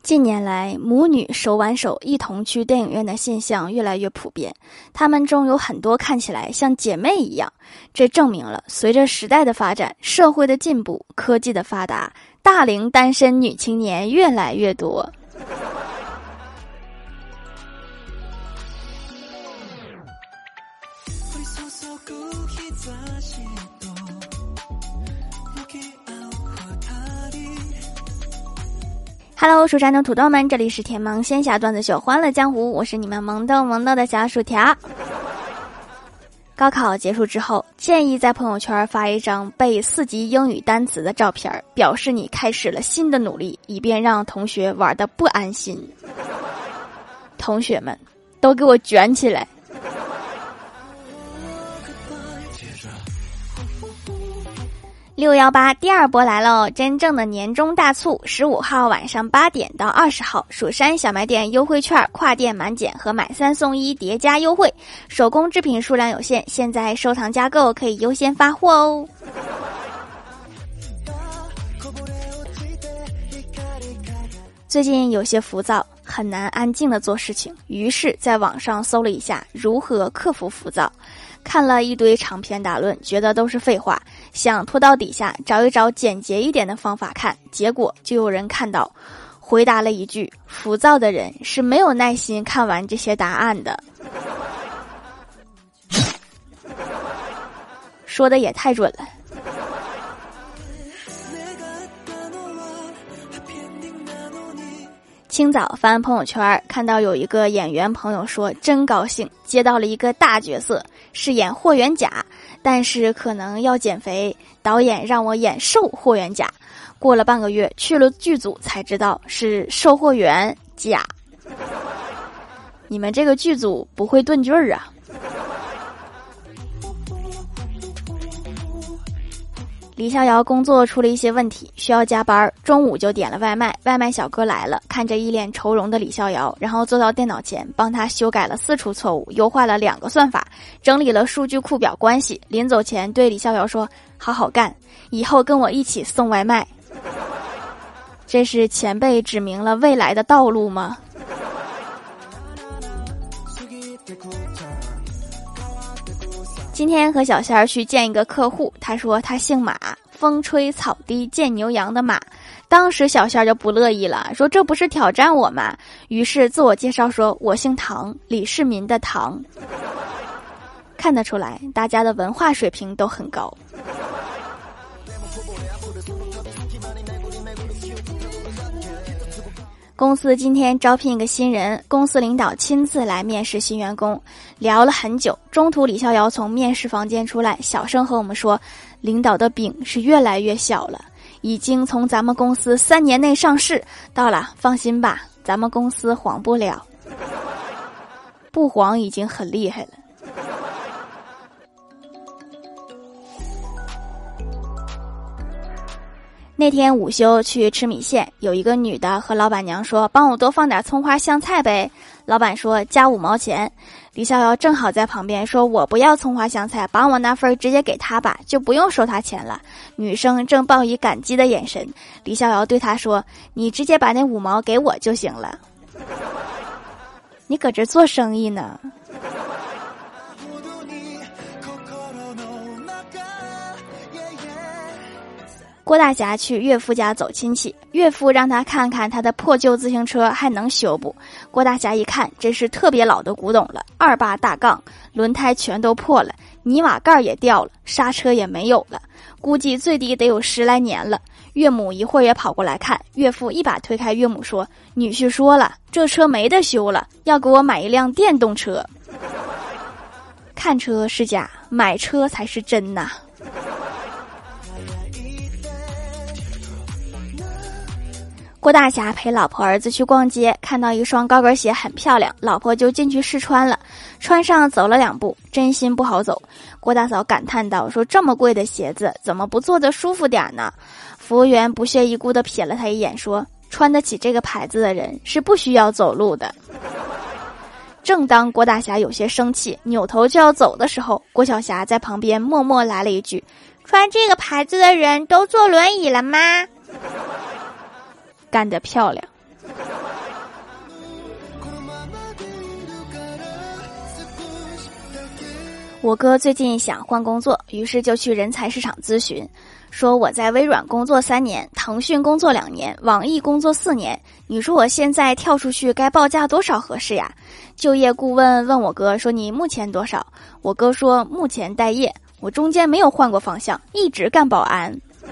近年来，母女手挽手一同去电影院的现象越来越普遍，她们中有很多看起来像姐妹一样。这证明了，随着时代的发展、社会的进步、科技的发达，大龄单身女青年越来越多。Hello， 蜀山的土豆们，这里是甜萌仙侠段子秀欢乐江湖，我是你们萌豆萌豆的小薯条。高考结束之后，建议在朋友圈发一张背4级英语单词的照片，表示你开始了新的努力，以便让同学玩得不安心。同学们，都给我卷起来！618第二波来喽！真正的年终大促，15号晚上8点到20号，蜀山小卖店优惠券跨店满减和买3送1叠加优惠，手工制品数量有限，现在收藏加购可以优先发货哦。最近有些浮躁，很难安静的做事情，于是在网上搜了一下如何克服浮躁。看了一堆长篇大论，觉得都是废话，想拖到底下找一找简洁一点的方法看，结果就有人看到，回答了一句：浮躁的人是没有耐心看完这些答案的。说的也太准了。清早翻朋友圈，看到有一个演员朋友说真高兴，接到了一个大角色，是演霍元甲，但是可能要减肥，导演让我演瘦霍元甲。过了半个月去了剧组才知道是售货员甲。你们这个剧组不会炖句儿啊。李逍遥工作出了一些问题，需要加班，中午就点了外卖。外卖小哥来了，看着一脸愁容的李逍遥，然后坐到电脑前帮他修改了4处错误，优化了2个算法，整理了数据库表关系。临走前对李逍遥说：好好干，以后跟我一起送外卖。这是前辈指明了未来的道路吗？今天和小仙儿去见一个客户，他说他姓马，风吹草低见牛羊的马。当时小仙儿就不乐意了，说这不是挑战我吗？于是自我介绍说我姓唐，李世民的唐。看得出来大家的文化水平都很高。公司今天招聘一个新人，公司领导亲自来面试新员工，聊了很久。中途李逍遥从面试房间出来，小声和我们说，领导的饼是越来越小了，已经从咱们公司3年内上市，到了放心吧，咱们公司黄不了。不黄已经很厉害了。那天午休去吃米线，有一个女的和老板娘说，帮我多放点葱花香菜呗。老板说加5毛钱。李逍遥正好在旁边说，我不要葱花香菜，把我那份直接给他吧，就不用收他钱了。女生正报以感激的眼神，李逍遥对她说，你直接把那5毛给我就行了。你搁这做生意呢？郭大侠去岳父家走亲戚，岳父让他看看他的破旧自行车还能修补。郭大侠一看，这是特别老的古董了，28大杠，轮胎全都破了，泥瓦盖也掉了，刹车也没有了，估计最低得有10来年了。岳母一会儿也跑过来看，岳父一把推开岳母说，女婿说了，这车没得修了，要给我买一辆电动车。看车是假，买车才是真呐。郭大侠陪老婆儿子去逛街，看到一双高跟鞋很漂亮，老婆就进去试穿了，穿上走了2步，真心不好走。郭大嫂感叹道，说这么贵的鞋子怎么不做得舒服点呢？服务员不屑一顾地瞥了他一眼，说穿得起这个牌子的人是不需要走路的。正当郭大侠有些生气，扭头就要走的时候，郭晓霞在旁边默默来了一句：“穿这个牌子的人都坐轮椅了吗？”干得漂亮。 我哥最近想换工作，于是就去人才市场咨询，说我在微软工作3年，腾讯工作2年，网易工作4年，你说我现在跳出去该报价多少合适呀？就业顾问问我哥说你目前多少？我哥说目前待业，我中间没有换过方向，一直干保安。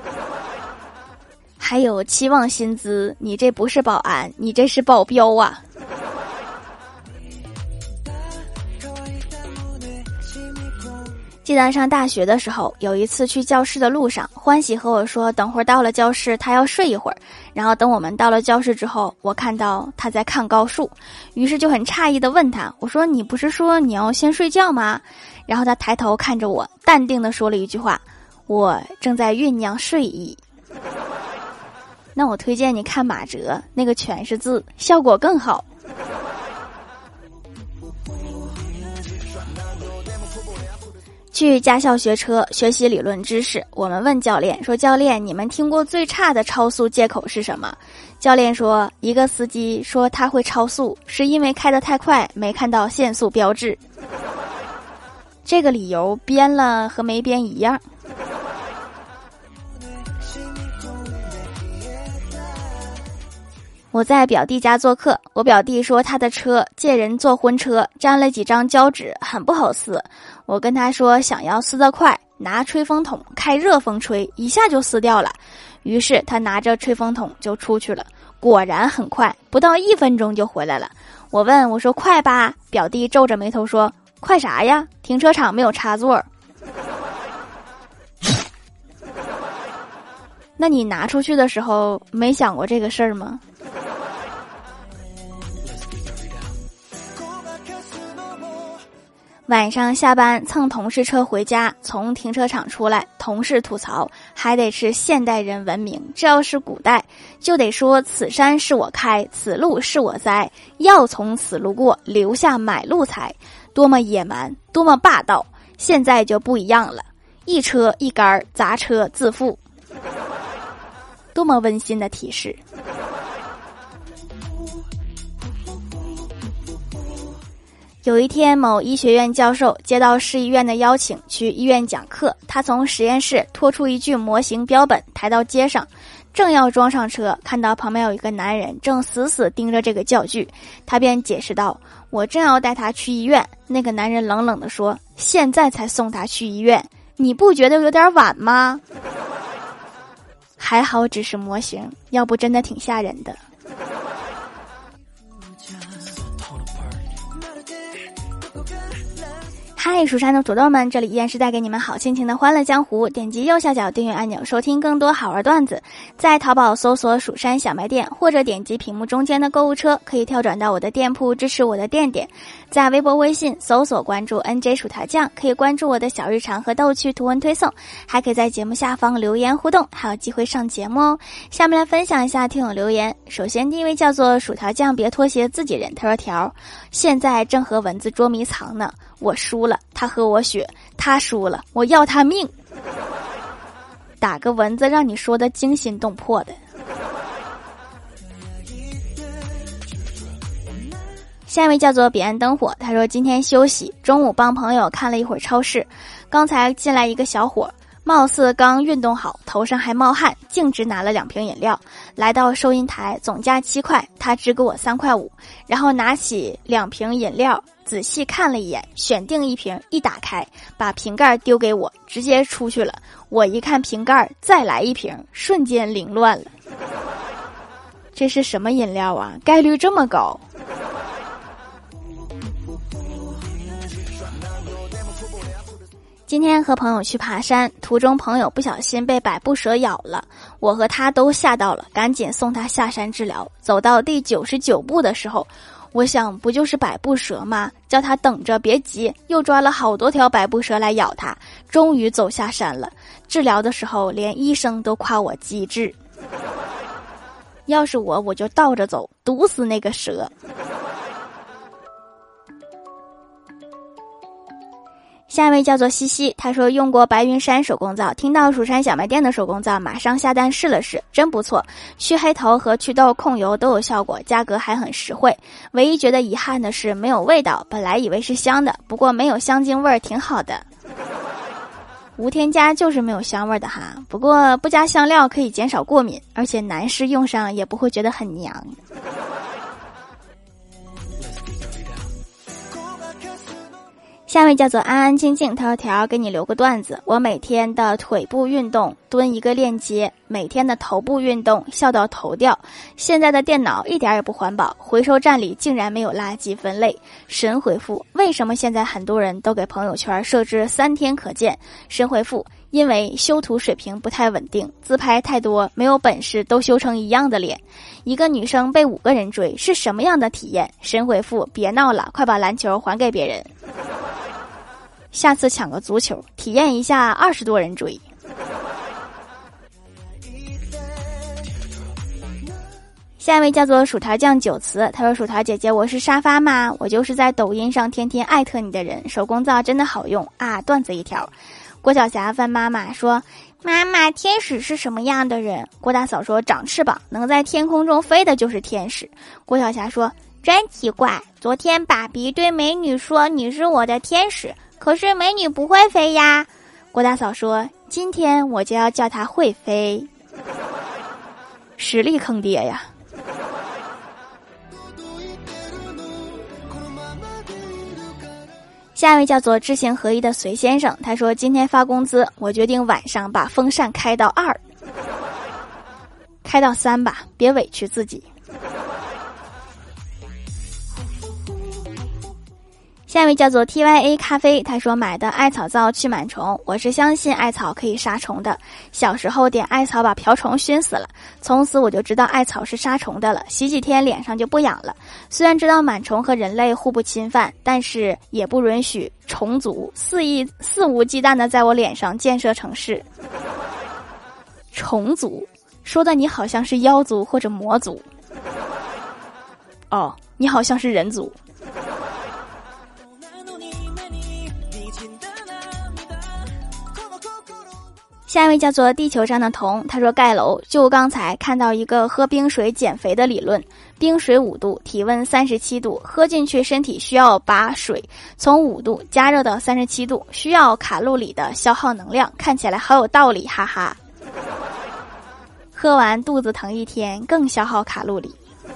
还有期望薪资，你这不是保安，你这是保镖啊。记得上大学的时候，有一次去教室的路上，欢喜和我说等会儿到了教室他要睡一会儿，然后等我们到了教室之后，我看到他在看高数，于是就很诧异地问他，我说你不是说你要先睡觉吗？然后他抬头看着我，淡定地说了一句话，我正在酝酿睡意。那我推荐你看马哲，那个全是字，效果更好。去驾校学车，学习理论知识。我们问教练说，教练，你们听过最差的超速借口是什么？教练说，一个司机说他会超速，是因为开得太快，没看到限速标志。这个理由编了和没编一样。我在表弟家做客，我表弟说他的车借人坐婚车，粘了几张胶纸，很不好撕。我跟他说想要撕得快，拿吹风筒开热风吹，一下就撕掉了。于是他拿着吹风筒就出去了，果然很快，不到1分钟就回来了。我问我说快吧，表弟皱着眉头说快啥呀？停车场没有插座。那你拿出去的时候没想过这个事儿吗？晚上下班蹭同事车回家，从停车场出来，同事吐槽还得是现代人文明，这要是古代就得说此山是我开，此路是我栽，要从此路过，留下买路财，多么野蛮，多么霸道。现在就不一样了，一车一杆砸车自负。多么温馨的提示。有一天，某医学院教授接到市医院的邀请，去医院讲课。他从实验室拖出一具模型标本，抬到街上，正要装上车，看到旁边有一个男人正死死盯着这个教具，他便解释道：“我正要带他去医院。”那个男人冷冷地说：“现在才送他去医院，你不觉得有点晚吗？”还好只是模型，要不真的挺吓人的。嗨，蜀山的土豆们，这里依然是带给你们好心情的欢乐江湖。点击右下角订阅按钮，收听更多好玩段子。在淘宝搜索蜀山小卖店，或者点击屏幕中间的购物车，可以跳转到我的店铺，支持我的店点。在微博微信搜索关注 NJ 薯条酱，可以关注我的小日常和逗趣图文推送，还可以在节目下方留言互动，还有机会上节目哦。下面来分享一下听友留言。首先第一位叫做薯条酱别拖鞋自己人，他说条现在正和蚊子捉迷藏呢，我输了，他喝我血，他输了，我要他命。打个蚊子让你说的惊心动魄的。下一位叫做彼岸灯火，他说今天休息，中午帮朋友看了一会儿超市，刚才进来一个小伙，貌似刚运动好，头上还冒汗，径直拿了2瓶饮料，来到收银台，总价7块，他只给我3块5，然后拿起2瓶饮料，仔细看了一眼，选定1瓶，一打开，把瓶盖丢给我，直接出去了。我一看瓶盖，再来1瓶，瞬间凌乱了。这是什么饮料啊？概率这么高？今天和朋友去爬山，途中朋友不小心被百步蛇咬了，我和他都吓到了，赶紧送他下山治疗。走到第99步的时候，我想不就是百步蛇吗？叫他等着别急，又抓了好多条百步蛇来咬他，终于走下山了。治疗的时候连医生都夸我机智，要是我就倒着走，毒死那个蛇。 下一位叫做西西，他说用过白云山手工皂，听到蜀山小卖店的手工皂，马上下单试了试，真不错，去黑头和祛痘控油都有效果，价格还很实惠。唯一觉得遗憾的是没有味道，本来以为是香的，不过没有香精味儿，挺好的。无添加就是没有香味的哈，不过不加香料可以减少过敏，而且男士用上也不会觉得很娘。下位叫做安安静静，他说条给你留个段子，我每天的腿部运动蹲一个链接，每天的头部运动笑到头掉，现在的电脑一点也不环保，回收站里竟然没有垃圾分类。神回复，为什么现在很多人都给朋友圈设置3天可见？神回复，因为修图水平不太稳定，自拍太多，没有本事都修成一样的脸。一个女生被5个人追是什么样的体验？神回复，别闹了，快把篮球还给别人。下次抢个足球，体验一下20多人追。下一位叫做薯条酱九慈，他说薯条姐姐，我是沙发吗？我就是在抖音上天天艾特你的人，手工皂真的好用啊！段子一条。郭晓霞问妈妈说，妈妈，天使是什么样的人？郭大嫂说，长翅膀能在天空中飞的就是天使。郭晓霞说，真奇怪，昨天爸比对美女说你是我的天使，可是美女不会飞呀。郭大嫂说，今天我就要叫她会飞。实力坑爹呀。下一位叫做知行合一的隋先生，他说今天发工资，我决定晚上把风扇开到2，开到3吧，别委屈自己。下一位叫做 TYA 咖啡，他说买的艾草皂驱螨虫，我是相信艾草可以杀虫的。小时候点艾草把瓢虫熏死了，从此我就知道艾草是杀虫的了，洗几天脸上就不痒了。虽然知道螨虫和人类互不侵犯，但是也不允许虫族肆无忌惮的在我脸上建设城市。虫族说的你好像是妖族或者魔族。哦，你好像是人族。下一位叫做地球上的童，他说盖楼，就刚才看到一个喝冰水减肥的理论，冰水5度，体温37度，喝进去身体需要把水从5度加热到37度，需要卡路里的消耗能量，看起来好有道理，哈哈。喝完肚子疼1天，更消耗卡路里。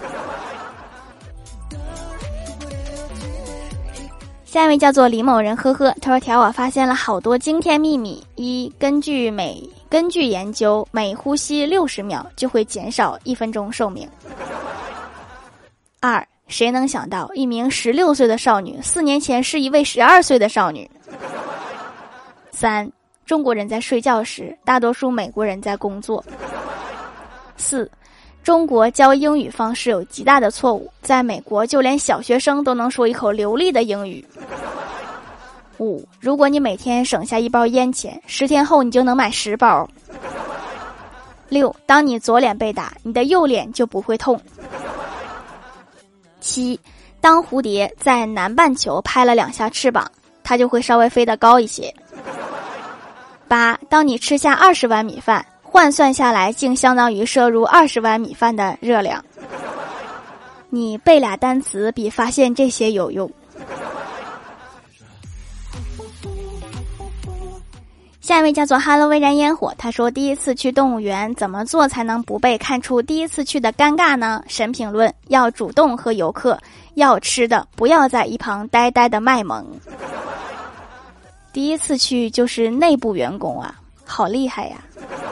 下一位叫做李某人，呵呵，他说条我发现了好多惊天秘密。1，根据研究，每呼吸60秒就会减少1分钟寿命。2，谁能想到一名16岁的少女4年前是一位12岁的少女。3，中国人在睡觉时，大多数美国人在工作。4，中国教英语方式有极大的错误，在美国就连小学生都能说一口流利的英语。5，如果你每天省下1包烟钱，10天后你就能买10包。6，当你左脸被打，你的右脸就不会痛。7，当蝴蝶在南半球拍了2下翅膀，它就会稍微飞得高一些。8，当你吃下20碗米饭，换算下来竟相当于摄入20碗米饭的热量。你背俩单词比发现这些有用。下一位叫做哈喽微燃烟火，他说第一次去动物园怎么做才能不被看出第一次去的尴尬呢？神评论，要主动和游客要吃的，不要在一旁呆呆的卖萌。第一次去就是内部员工啊，好厉害呀。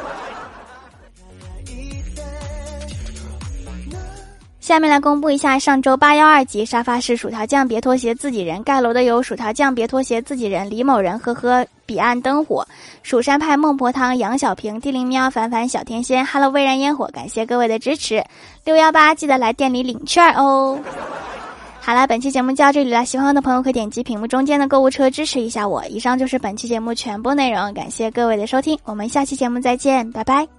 下面来公布一下上周812集沙发是薯条酱别拖鞋自己人，盖楼的有薯条酱别拖鞋自己人、李某人、呵呵、彼岸灯火、蜀山派孟婆汤、杨小平、地灵喵、凡凡、小天仙、哈喽微燃烟火，感谢各位的支持。618记得来店里领券哦。好了，本期节目就到这里了，喜欢我的朋友可以点击屏幕中间的购物车支持一下我。以上就是本期节目全部内容，感谢各位的收听，我们下期节目再见，拜拜。